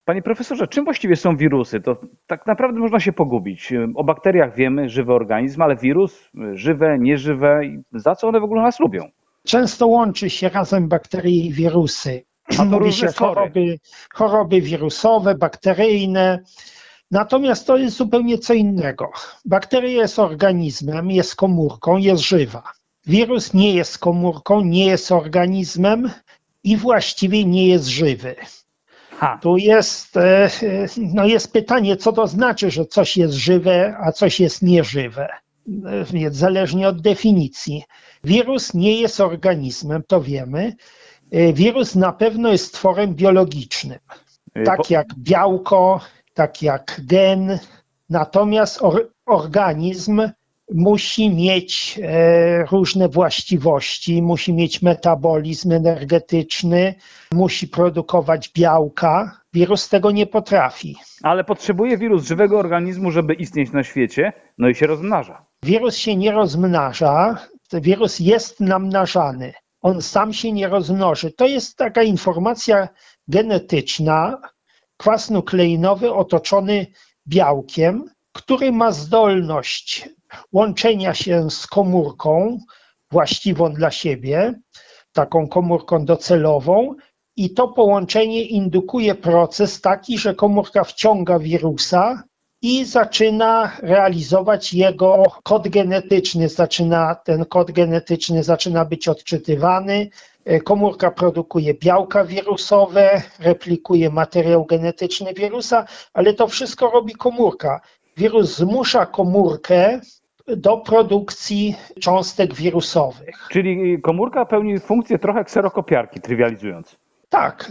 Panie profesorze, czym właściwie są wirusy? To tak naprawdę można się pogubić. O bakteriach wiemy, żywy organizm, ale wirus, żywe, nieżywe, i za co one w ogóle nas lubią? Często łączy się razem bakterie i wirusy. A to Mówi różne się stwory. choroby wirusowe, bakteryjne. Natomiast to jest zupełnie co innego. Bakteria jest organizmem, jest komórką, jest żywa. Wirus nie jest komórką, nie jest organizmem i właściwie nie jest żywy. Ha, Tu jest pytanie, co to znaczy, że coś jest żywe, a coś jest nieżywe. Więc zależnie od definicji. Wirus nie jest organizmem, to wiemy. Wirus na pewno jest tworem biologicznym, tak jak białko, tak jak gen. Natomiast organizm musi mieć różne właściwości, musi mieć metabolizm energetyczny, musi produkować białka. Wirus tego nie potrafi. ale potrzebuje wirus żywego organizmu, żeby istnieć na świecie, no i się rozmnaża. Wirus się nie rozmnaża, wirus jest namnażany. On sam się nie rozmnoży. To jest taka informacja genetyczna, kwas nukleinowy otoczony białkiem, który ma zdolność łączenia się z komórką właściwą dla siebie, taką komórką docelową, i to połączenie indukuje proces taki, że komórka wciąga wirusa i zaczyna realizować jego kod genetyczny. Ten kod genetyczny zaczyna być odczytywany. Komórka produkuje białka wirusowe, replikuje materiał genetyczny wirusa, ale to wszystko robi komórka. Wirus zmusza komórkę do produkcji cząstek wirusowych. Czyli komórka pełni funkcję trochę kserokopiarki, trywializując. Tak,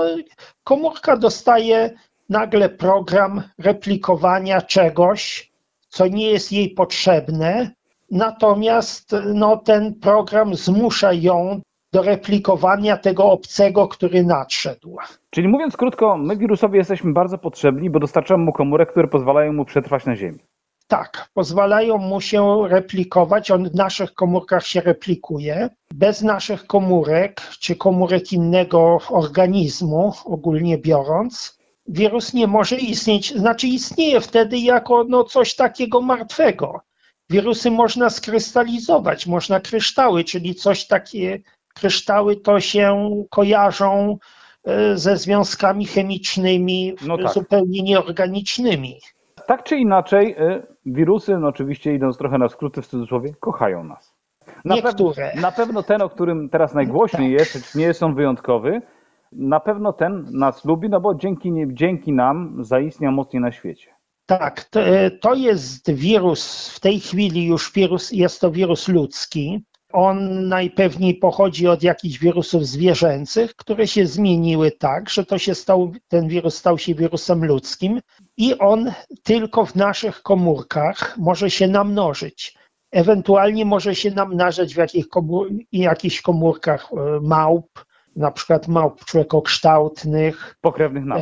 komórka dostaje nagle program replikowania czegoś, co nie jest jej potrzebne, natomiast ten program zmusza ją do replikowania tego obcego, który nadszedł. Czyli mówiąc krótko, my wirusowi jesteśmy bardzo potrzebni, bo dostarczamy mu komórek, które pozwalają mu przetrwać na Ziemi. Tak, pozwalają mu się replikować, on w naszych komórkach się replikuje. Bez naszych komórek, czy komórek innego organizmu, ogólnie biorąc, wirus nie może istnieć, znaczy istnieje wtedy jako coś takiego martwego. Wirusy można skrystalizować, można kryształy, czyli coś takie, kryształy to się kojarzą ze związkami chemicznymi, tak. zupełnie nieorganicznymi. Tak czy inaczej, wirusy, oczywiście idąc trochę na skróty w cudzysłowie, kochają nas. Niektóre. Na pewno ten, o którym teraz najgłośniej jest, choć nie jest on wyjątkowy, na pewno ten nas lubi, no bo dzięki nam zaistniał mocniej na świecie. Tak, to jest wirus, w tej chwili już jest to wirus ludzki. On najpewniej pochodzi od jakichś wirusów zwierzęcych, które się zmieniły tak, że ten wirus stał się wirusem ludzkim i on tylko w naszych komórkach może się namnożyć. Ewentualnie może się namnażać w jakichś komórkach małp, na przykład małp człowiekokształtnych. Pokrewnych nam.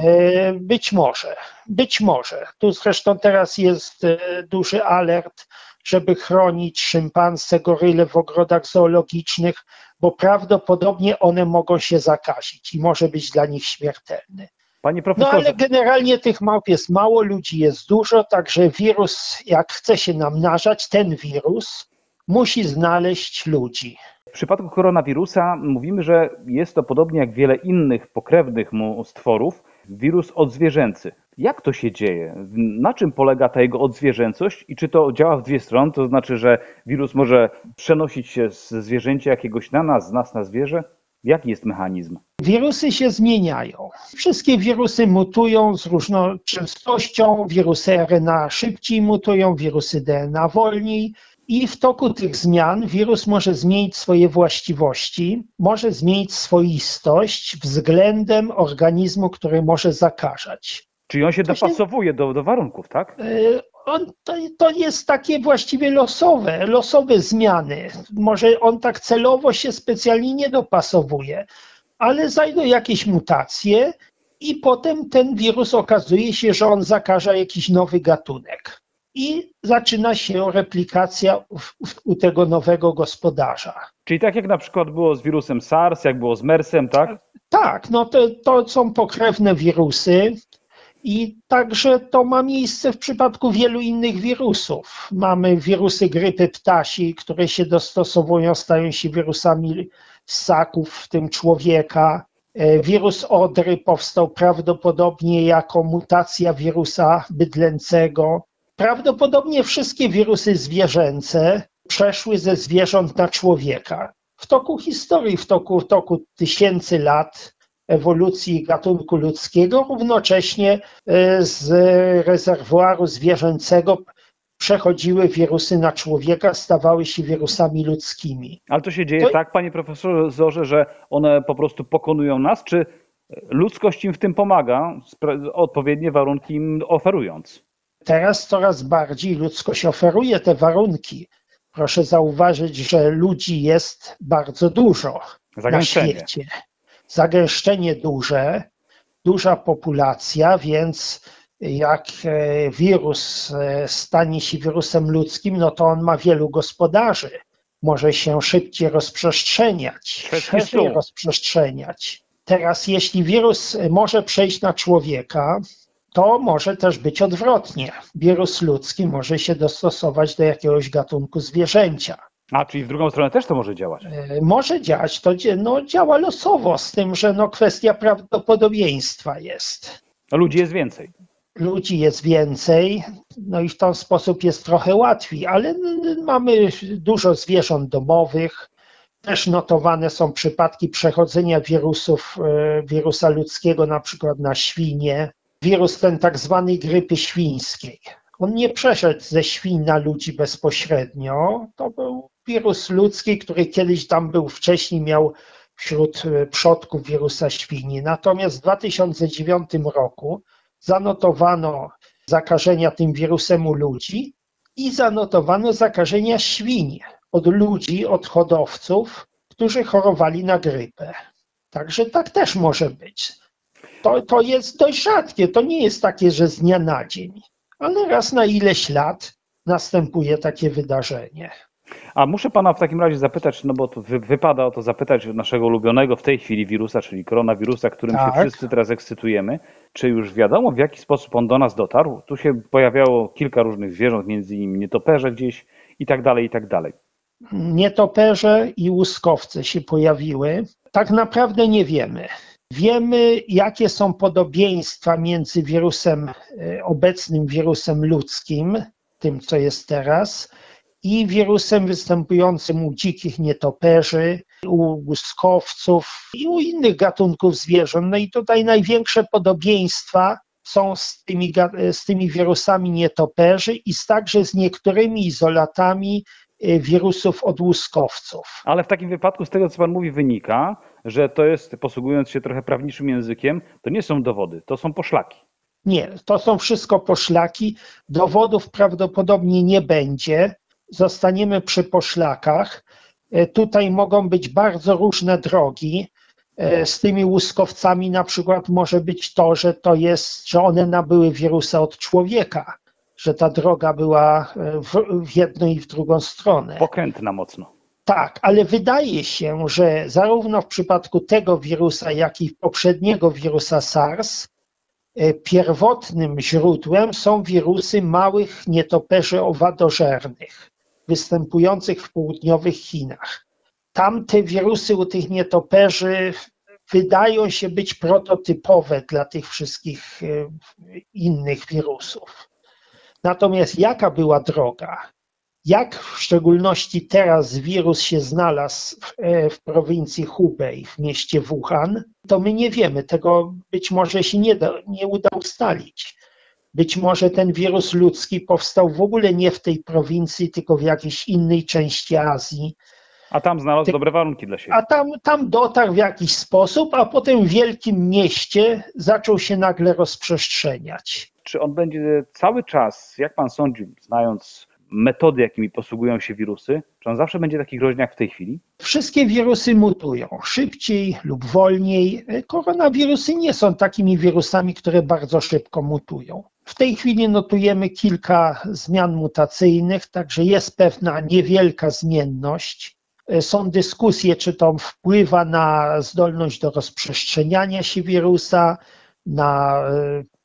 Być może. Tu zresztą teraz jest duży alert, żeby chronić szympanse, goryle w ogrodach zoologicznych, bo prawdopodobnie one mogą się zakazić i może być dla nich śmiertelny. Panie profesorze, Ale generalnie tych małp jest mało, ludzi jest dużo, także wirus, jak chce się namnażać, ten wirus musi znaleźć ludzi. w przypadku koronawirusa mówimy, że jest to podobnie jak wiele innych pokrewnych mu stworów, wirus odzwierzęcy. Jak to się dzieje? Na czym polega ta jego odzwierzęcość i czy to działa w dwie strony? To znaczy, że wirus może przenosić się z zwierzęcia jakiegoś na nas, z nas na zwierzę? Jaki jest mechanizm? Wirusy się zmieniają. Wszystkie wirusy mutują z różną częstością. Wirusy RNA szybciej mutują, wirusy DNA wolniej. I w toku tych zmian wirus może zmienić swoje właściwości, może zmienić swoistość względem organizmu, który może zakażać. Czyli on się dopasowuje do warunków, tak? To jest takie właściwie losowe zmiany. Może on tak celowo się specjalnie nie dopasowuje, ale zajdą jakieś mutacje i potem ten wirus okazuje się, że on zakaża jakiś nowy gatunek. I zaczyna się replikacja u tego nowego gospodarza. Czyli tak jak na przykład było z wirusem SARS, jak było z MERS-em, tak? Tak, to są pokrewne wirusy. I także to ma miejsce w przypadku wielu innych wirusów. Mamy wirusy grypy ptasiej, które się dostosowują, stają się wirusami ssaków, w tym człowieka. Wirus odry powstał prawdopodobnie jako mutacja wirusa bydlęcego. Prawdopodobnie wszystkie wirusy zwierzęce przeszły ze zwierząt na człowieka. W toku historii, w toku tysięcy lat ewolucji gatunku ludzkiego, równocześnie z rezerwuaru zwierzęcego przechodziły wirusy na człowieka, stawały się wirusami ludzkimi. Ale to się dzieje tak, panie profesorze, że one po prostu pokonują nas, czy ludzkość im w tym pomaga, odpowiednie warunki im oferując? Teraz coraz bardziej ludzkość oferuje te warunki. Proszę zauważyć, że ludzi jest bardzo dużo na świecie. Zagęszczenie duże, duża populacja, więc jak wirus stanie się wirusem ludzkim, no to on ma wielu gospodarzy. Może się szybciej rozprzestrzeniać, szerzej rozprzestrzeniać. Teraz jeśli wirus może przejść na człowieka, to może też być odwrotnie. Wirus ludzki może się dostosować do jakiegoś gatunku zwierzęcia. A, czyli w drugą stronę też to może działać? Może działać, to działa losowo, z tym, że kwestia prawdopodobieństwa jest. Ludzi jest więcej. Ludzi jest więcej, no i w ten sposób jest trochę łatwiej, ale mamy dużo zwierząt domowych. Też notowane są przypadki przechodzenia wirusa ludzkiego na przykład na świnie. Wirus ten tak zwanej grypy świńskiej. On nie przeszedł ze świń na ludzi bezpośrednio. To był wirus ludzki, który kiedyś tam był wcześniej, miał wśród przodków wirusa świni. Natomiast w 2009 roku zanotowano zakażenia tym wirusem u ludzi i zanotowano zakażenia świń od ludzi, od hodowców, którzy chorowali na grypę. Także tak też może być. To jest dość rzadkie, to nie jest takie, że z dnia na dzień, ale raz na ileś lat następuje takie wydarzenie. A muszę pana w takim razie zapytać, no bo to wypada o to zapytać naszego ulubionego w tej chwili wirusa, czyli koronawirusa, którym się wszyscy teraz ekscytujemy. Czy już wiadomo, w jaki sposób on do nas dotarł? Tu się pojawiało kilka różnych zwierząt, między innymi nietoperze gdzieś i tak dalej, i tak dalej. Nietoperze i łuskowce się pojawiły. Tak naprawdę nie wiemy. Wiemy, jakie są podobieństwa między obecnym wirusem ludzkim, tym co jest teraz, i wirusem występującym u dzikich nietoperzy, u łuskowców i u innych gatunków zwierząt. No i tutaj największe podobieństwa są z tymi wirusami nietoperzy i także z niektórymi izolatami wirusów od łuskowców. Ale w takim wypadku z tego, co pan mówi, wynika, że to jest, posługując się trochę prawniczym językiem, to nie są dowody, to są poszlaki. Nie, to są wszystko poszlaki. Dowodów prawdopodobnie nie będzie. Zostaniemy przy poszlakach. Tutaj mogą być bardzo różne drogi. Z tymi łuskowcami na przykład może być to, że one nabyły wirusa od człowieka, że ta droga była w jedną i w drugą stronę. Pokrętna mocno. Tak, ale wydaje się, że zarówno w przypadku tego wirusa, jak i poprzedniego wirusa SARS, pierwotnym źródłem są wirusy małych nietoperzy owadożernych, występujących w południowych Chinach. Tamte wirusy u tych nietoperzy wydają się być prototypowe dla tych wszystkich innych wirusów. Natomiast jaka była droga? Jak w szczególności teraz wirus się znalazł w prowincji Hubei, w mieście Wuhan, to my nie wiemy. Tego być może się nie uda ustalić. Być może ten wirus ludzki powstał w ogóle nie w tej prowincji, tylko w jakiejś innej części Azji. A tam znalazł dobre warunki dla siebie. A tam dotarł w jakiś sposób, a potem w wielkim mieście zaczął się nagle rozprzestrzeniać. Czy on będzie cały czas, jak pan sądzi, znając metody, jakimi posługują się wirusy, czy on zawsze będzie taki groźny jak w tej chwili? Wszystkie wirusy mutują, szybciej lub wolniej. Koronawirusy nie są takimi wirusami, które bardzo szybko mutują. W tej chwili notujemy kilka zmian mutacyjnych, także jest pewna niewielka zmienność. Są dyskusje, czy to wpływa na zdolność do rozprzestrzeniania się wirusa, na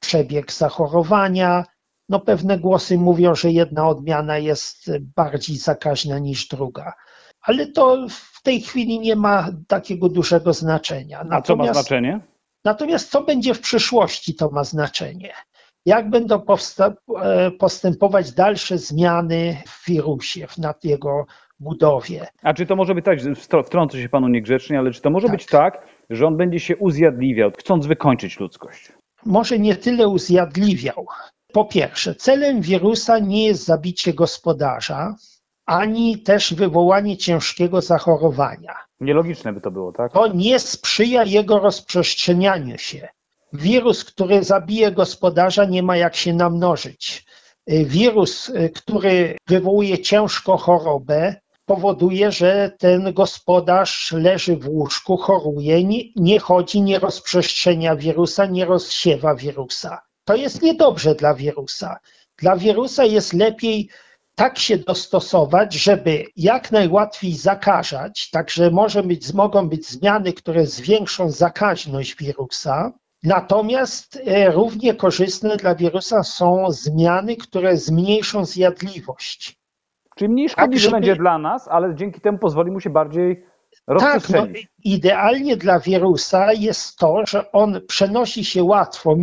przebieg zachorowania. No pewne głosy mówią, że jedna odmiana jest bardziej zakaźna niż druga, ale to w tej chwili nie ma takiego dużego znaczenia. A co ma znaczenie? Natomiast co będzie w przyszłości, to ma znaczenie. Jak będą postępować dalsze zmiany w wirusie, w jego budowie. A czy to może być tak, wtrącę się panu niegrzecznie, ale czy to może Tak. być tak, że on będzie się uzjadliwiał, chcąc wykończyć ludzkość? Może nie tyle uzjadliwiał. Po pierwsze, celem wirusa nie jest zabicie gospodarza, ani też wywołanie ciężkiego zachorowania. Nielogiczne by to było, tak? To nie sprzyja jego rozprzestrzenianiu się. Wirus, który zabije gospodarza, nie ma jak się namnożyć. Wirus, który wywołuje ciężką chorobę, powoduje, że ten gospodarz leży w łóżku, choruje, nie chodzi, nie rozprzestrzenia wirusa, nie rozsiewa wirusa. To jest niedobrze dla wirusa. Dla wirusa jest lepiej tak się dostosować, żeby jak najłatwiej zakażać, także mogą być zmiany, które zwiększą zakaźność wirusa, natomiast równie korzystne dla wirusa są zmiany, które zmniejszą zjadliwość. Czyli mniej szkodliwy będzie dla nas, ale dzięki temu pozwoli mu się bardziej rozprzestrzenić. Tak, no, idealnie dla wirusa jest to, że on przenosi się łatwo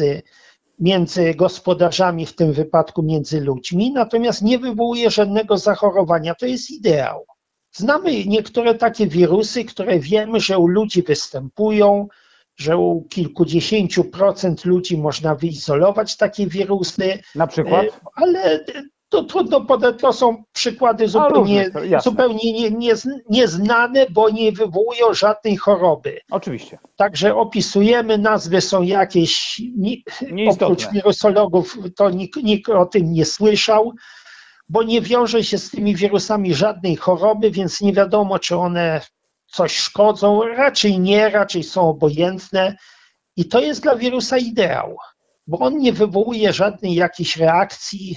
między gospodarzami, w tym wypadku między ludźmi, natomiast nie wywołuje żadnego zachorowania. To jest ideał. Znamy niektóre takie wirusy, które wiemy, że u ludzi występują, że u kilkudziesięciu procent ludzi można wyizolować takie wirusy. Na przykład? Ale to trudno podać, to są przykłady zupełnie nieznane, bo nie wywołują żadnej choroby. Oczywiście. Także opisujemy, nazwy są jakieś, oprócz wirusologów to nikt o tym nie słyszał, bo nie wiąże się z tymi wirusami żadnej choroby, więc nie wiadomo, czy one coś szkodzą. Raczej nie, raczej są obojętne i to jest dla wirusa ideał, bo on nie wywołuje żadnej jakiejś reakcji,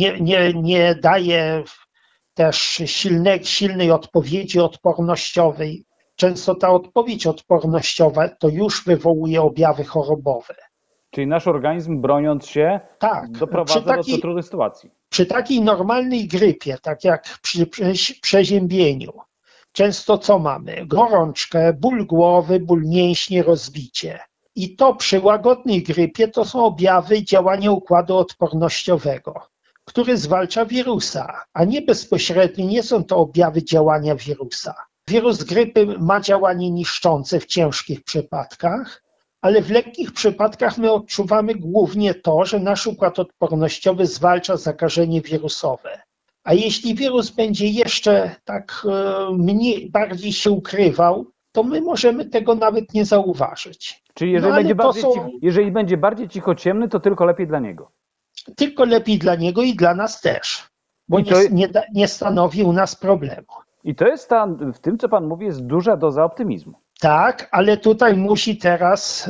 nie daje też silnej odpowiedzi odpornościowej. Często ta odpowiedź odpornościowa to już wywołuje objawy chorobowe. Czyli nasz organizm, broniąc się, doprowadza do trudnej sytuacji. Przy takiej normalnej grypie, tak jak przy przeziębieniu, często co mamy? Gorączkę, ból głowy, ból mięśni, rozbicie. I to przy łagodnej grypie to są objawy działania układu odpornościowego, który zwalcza wirusa, a nie bezpośrednio nie są to objawy działania wirusa. Wirus grypy ma działanie niszczące w ciężkich przypadkach, ale w lekkich przypadkach my odczuwamy głównie to, że nasz układ odpornościowy zwalcza zakażenie wirusowe. A jeśli wirus będzie jeszcze tak bardziej się ukrywał, to my możemy tego nawet nie zauważyć. Czyli jeżeli będzie bardziej cichociemny, to tylko lepiej dla niego. Tylko lepiej dla niego i dla nas też, bo nie stanowi u nas problemu. I to jest w tym, co pan mówi, jest duża doza optymizmu. Tak, ale tutaj musi teraz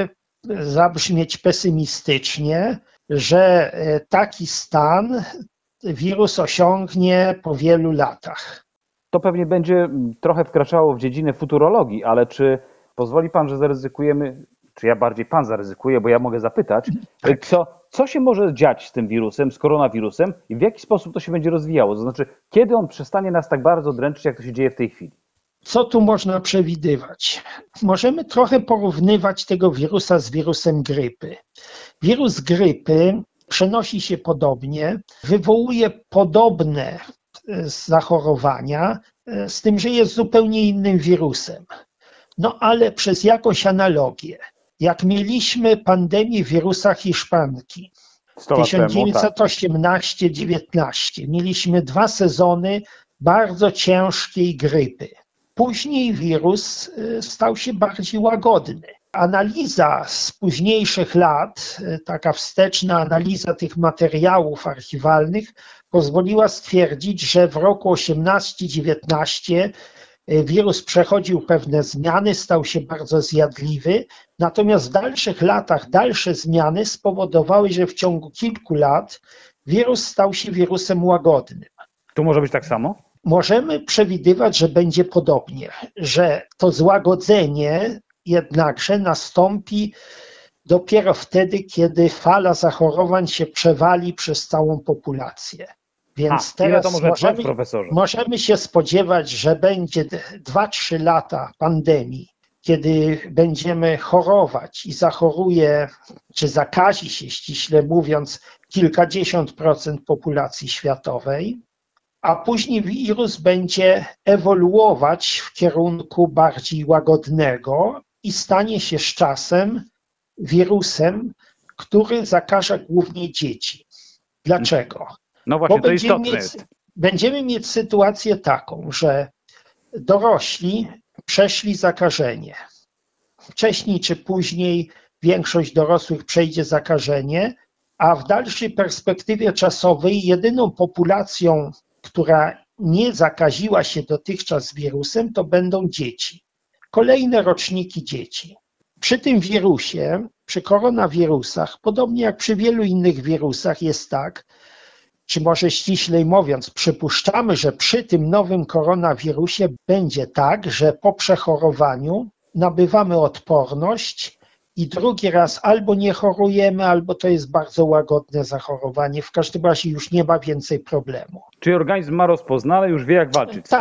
zabrzmieć pesymistycznie, że taki stan wirus osiągnie po wielu latach. To pewnie będzie trochę wkraczało w dziedzinę futurologii, ale czy pozwoli pan, że zaryzykujemy, czy ja bardziej pan zaryzykuje, bo ja mogę zapytać, tak. Co się może dziać z tym wirusem, z koronawirusem i w jaki sposób to się będzie rozwijało? To znaczy, kiedy on przestanie nas tak bardzo dręczyć, jak to się dzieje w tej chwili? Co tu można przewidywać? Możemy trochę porównywać tego wirusa z wirusem grypy. Wirus grypy przenosi się podobnie, wywołuje podobne zachorowania, z tym, że jest zupełnie innym wirusem. No ale przez jakąś analogię. Jak mieliśmy pandemię wirusa hiszpanki 1918-19, mieliśmy 2 sezony bardzo ciężkiej grypy. Później wirus stał się bardziej łagodny. Analiza z późniejszych lat, taka wsteczna analiza tych materiałów archiwalnych pozwoliła stwierdzić, że w roku 18-19 wirus przechodził pewne zmiany, stał się bardzo zjadliwy, natomiast w dalszych latach dalsze zmiany spowodowały, że w ciągu kilku lat wirus stał się wirusem łagodnym. Tu może być tak samo? Możemy przewidywać, że będzie podobnie, że to złagodzenie jednakże nastąpi dopiero wtedy, kiedy fala zachorowań się przewali przez całą populację. Więc ile to teraz może trwać, profesorze? możemy się spodziewać, że będzie 2-3 lata pandemii, kiedy będziemy chorować i zachoruje, czy zakazi się, ściśle mówiąc, kilkadziesiąt procent populacji światowej, a później wirus będzie ewoluować w kierunku bardziej łagodnego i stanie się z czasem wirusem, który zakaże głównie dzieci. Dlaczego? No właśnie, Bo to istotne jest. będziemy mieć sytuację taką, że dorośli przeszli zakażenie. Wcześniej czy później większość dorosłych przejdzie zakażenie, a w dalszej perspektywie czasowej jedyną populacją, która nie zakaziła się dotychczas wirusem, to będą dzieci. Kolejne roczniki dzieci. Przy tym wirusie, przy koronawirusach, podobnie jak przy wielu innych wirusach, jest tak, czy może ściślej mówiąc, przypuszczamy, że przy tym nowym koronawirusie będzie tak, że po przechorowaniu nabywamy odporność i drugi raz albo nie chorujemy, albo to jest bardzo łagodne zachorowanie. W każdym razie już nie ma więcej problemu. Czyli organizm ma rozpoznane, już wie jak walczyć z tym.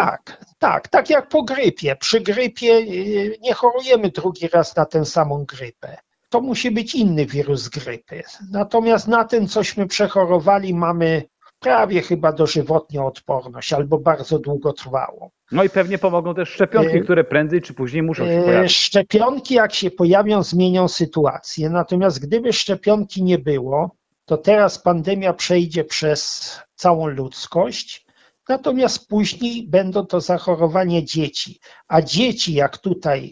Tak jak po grypie. Przy grypie nie chorujemy drugi raz na tę samą grypę. To musi być inny wirus grypy. Natomiast na ten, cośmy przechorowali, mamy prawie chyba dożywotnią odporność albo bardzo długotrwałą. No i pewnie pomogą też szczepionki, które prędzej czy później muszą się pojawić. Szczepionki, jak się pojawią, zmienią sytuację. Natomiast gdyby szczepionki nie było, to teraz pandemia przejdzie przez całą ludzkość, natomiast później będą to zachorowania dzieci. A dzieci, jak tutaj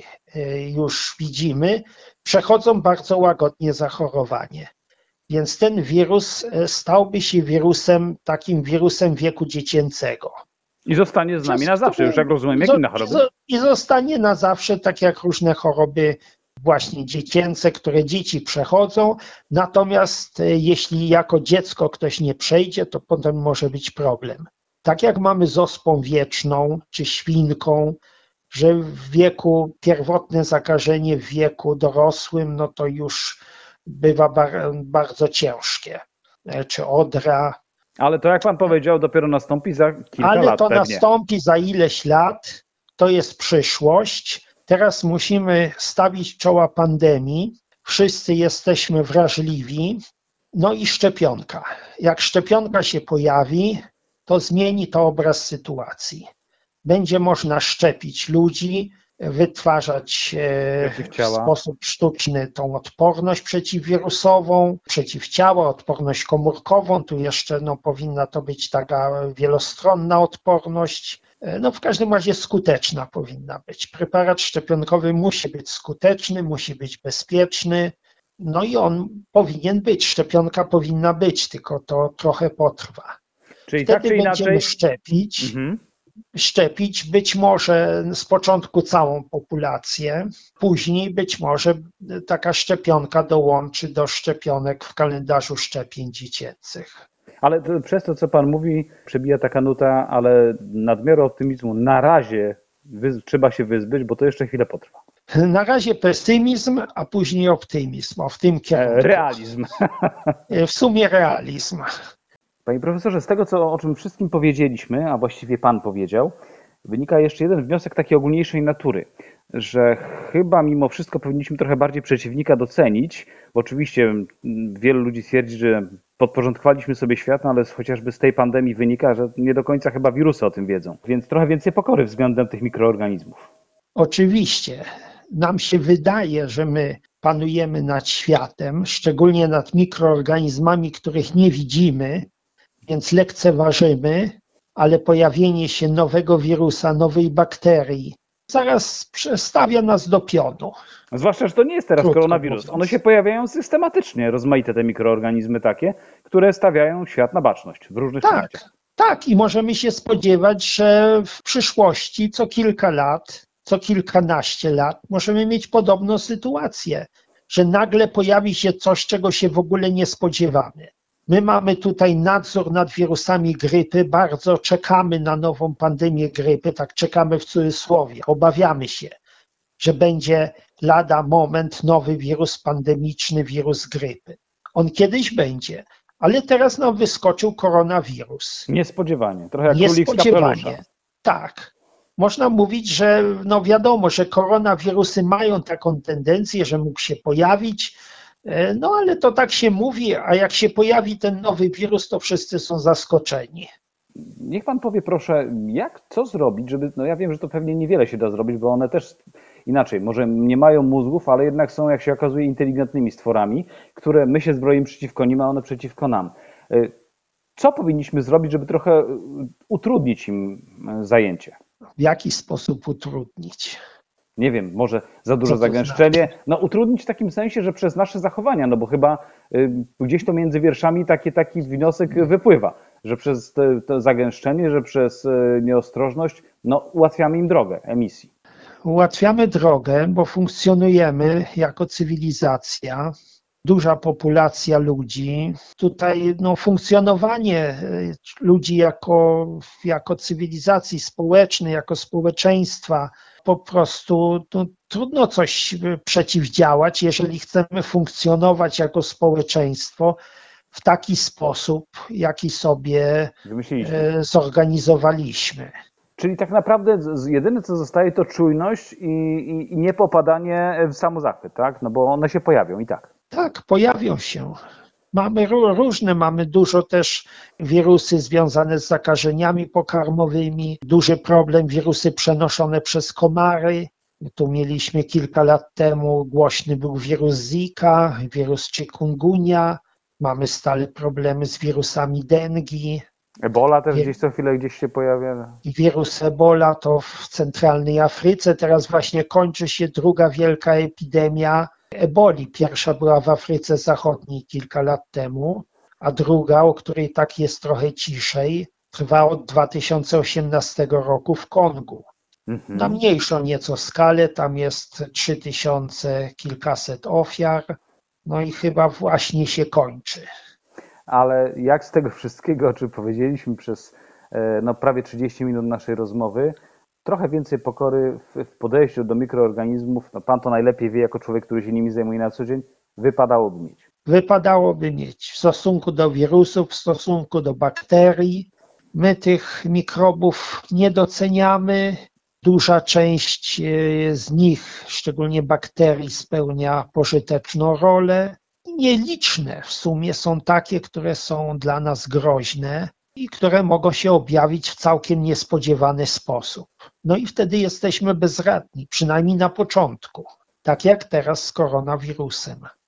już widzimy, przechodzą bardzo łagodnie zachorowanie. Więc ten wirus stałby się takim wirusem wieku dziecięcego. I zostanie z nami na zawsze, już jak rozumiem, jak inne choroby. I zostanie na zawsze, tak jak różne choroby właśnie dziecięce, które dzieci przechodzą. Natomiast jeśli jako dziecko ktoś nie przejdzie, to potem może być problem. Tak jak mamy z ospą wieczną czy świnką, że w wieku pierwotne zakażenie w wieku dorosłym, no to już bywa bardzo ciężkie, czy odra. Ale to jak pan powiedział, dopiero nastąpi za kilka Ale lat to pewnie. nastąpi za ileś lat, to jest przyszłość. Teraz musimy stawić czoła pandemii. Wszyscy jesteśmy wrażliwi. No i szczepionka. Jak szczepionka się pojawi, to zmieni to obraz sytuacji. Będzie można szczepić ludzi, wytwarzać w sposób sztuczny tą odporność przeciwwirusową, przeciwciała, odporność komórkową. Tu jeszcze powinna to być taka wielostronna odporność. No w każdym razie skuteczna powinna być. Preparat szczepionkowy musi być skuteczny, musi być bezpieczny. No i on powinien być, szczepionka powinna być, tylko to trochę potrwa. Czyli wtedy tak czy będziemy inaczej szczepić być może z początku całą populację, później być może taka szczepionka dołączy do szczepionek w kalendarzu szczepień dziecięcych. Ale przez to, co pan mówi, przebija taka nuta, ale nadmiaru optymizmu na razie trzeba się wyzbyć, bo to jeszcze chwilę potrwa. Na razie pesymizm, a później optymizm. W tym kierunku. Realizm. W sumie realizm. Panie profesorze, z tego, o czym wszystkim powiedzieliśmy, a właściwie pan powiedział, wynika jeszcze jeden wniosek takiej ogólniejszej natury, że chyba mimo wszystko powinniśmy trochę bardziej przeciwnika docenić, bo oczywiście wielu ludzi twierdzi, że podporządkowaliśmy sobie świat, no ale chociażby z tej pandemii wynika, że nie do końca chyba wirusy o tym wiedzą, więc trochę więcej pokory względem tych mikroorganizmów. Oczywiście. Nam się wydaje, że my panujemy nad światem, szczególnie nad mikroorganizmami, których nie widzimy, więc lekceważymy, ale pojawienie się nowego wirusa, nowej bakterii zaraz przestawia nas do pionu. Zwłaszcza, że to nie jest teraz Krótko koronawirus. mówiąc. One się pojawiają systematycznie, rozmaite te mikroorganizmy takie, które stawiają świat na baczność w różnych częściach. Tak, i możemy się spodziewać, że w przyszłości co kilka lat, co kilkanaście lat możemy mieć podobną sytuację, że nagle pojawi się coś, czego się w ogóle nie spodziewamy. My mamy tutaj nadzór nad wirusami grypy, bardzo czekamy na nową pandemię grypy, tak czekamy w cudzysłowie, obawiamy się, że będzie lada moment nowy wirus pandemiczny, wirus grypy. On kiedyś będzie, ale teraz nam wyskoczył koronawirus. Niespodziewanie, trochę jak królik z Niespodziewanie. kapelusza. Tak. Można mówić, że no wiadomo, że koronawirusy mają taką tendencję, że mógł się pojawić, no ale to tak się mówi, a jak się pojawi ten nowy wirus, to wszyscy są zaskoczeni. Niech pan powie proszę, co zrobić, żeby, no ja wiem, że to pewnie niewiele się da zrobić, bo one też inaczej, może nie mają mózgów, ale jednak są, jak się okazuje, inteligentnymi stworami, które my się zbroimy przeciwko nim, a one przeciwko nam. Co powinniśmy zrobić, żeby trochę utrudnić im zajęcie? W jaki sposób utrudnić? Nie wiem, może za duże Co to zagęszczenie. No utrudnić w takim sensie, że przez nasze zachowania, no bo chyba gdzieś to między wierszami taki wniosek wypływa, że przez to zagęszczenie, że przez nieostrożność, no ułatwiamy im drogę emisji. Ułatwiamy drogę, bo funkcjonujemy jako cywilizacja, duża populacja ludzi. Tutaj no, funkcjonowanie ludzi jako cywilizacji społecznej, jako społeczeństwa, po prostu no, trudno coś przeciwdziałać, jeżeli chcemy funkcjonować jako społeczeństwo w taki sposób, jaki sobie Wymyśliliśmy. zorganizowaliśmy. Czyli tak naprawdę jedyne co zostaje to czujność i nie popadanie w samozachwyt, tak? No bo one się pojawią i tak. Tak, pojawią się. Mamy różne, mamy dużo też wirusy związane z zakażeniami pokarmowymi, duży problem, wirusy przenoszone przez komary. Tu mieliśmy kilka lat temu, głośny był wirus Zika, wirus chikungunya, mamy stale problemy z wirusami dengi. Ebola też gdzieś co chwilę gdzieś się pojawia. Wirus Ebola to w centralnej Afryce, teraz właśnie kończy się druga wielka epidemia eboli. Pierwsza była w Afryce Zachodniej kilka lat temu, a druga, o której tak jest trochę ciszej, trwa od 2018 roku w Kongu. Na mniejszą nieco skalę, tam jest 3000 kilkaset ofiar, no i chyba właśnie się kończy. Ale jak z tego wszystkiego, o czym powiedzieliśmy przez no, prawie 30 minut naszej rozmowy, trochę więcej pokory w podejściu do mikroorganizmów, no pan to najlepiej wie jako człowiek, który się nimi zajmuje na co dzień, wypadałoby mieć. Wypadałoby mieć w stosunku do wirusów, w stosunku do bakterii. My tych mikrobów nie doceniamy. Duża część z nich, szczególnie bakterii, spełnia pożyteczną rolę. Nieliczne w sumie są takie, które są dla nas groźne i które mogą się objawić w całkiem niespodziewany sposób. No i wtedy jesteśmy bezradni, przynajmniej na początku, tak jak teraz z koronawirusem.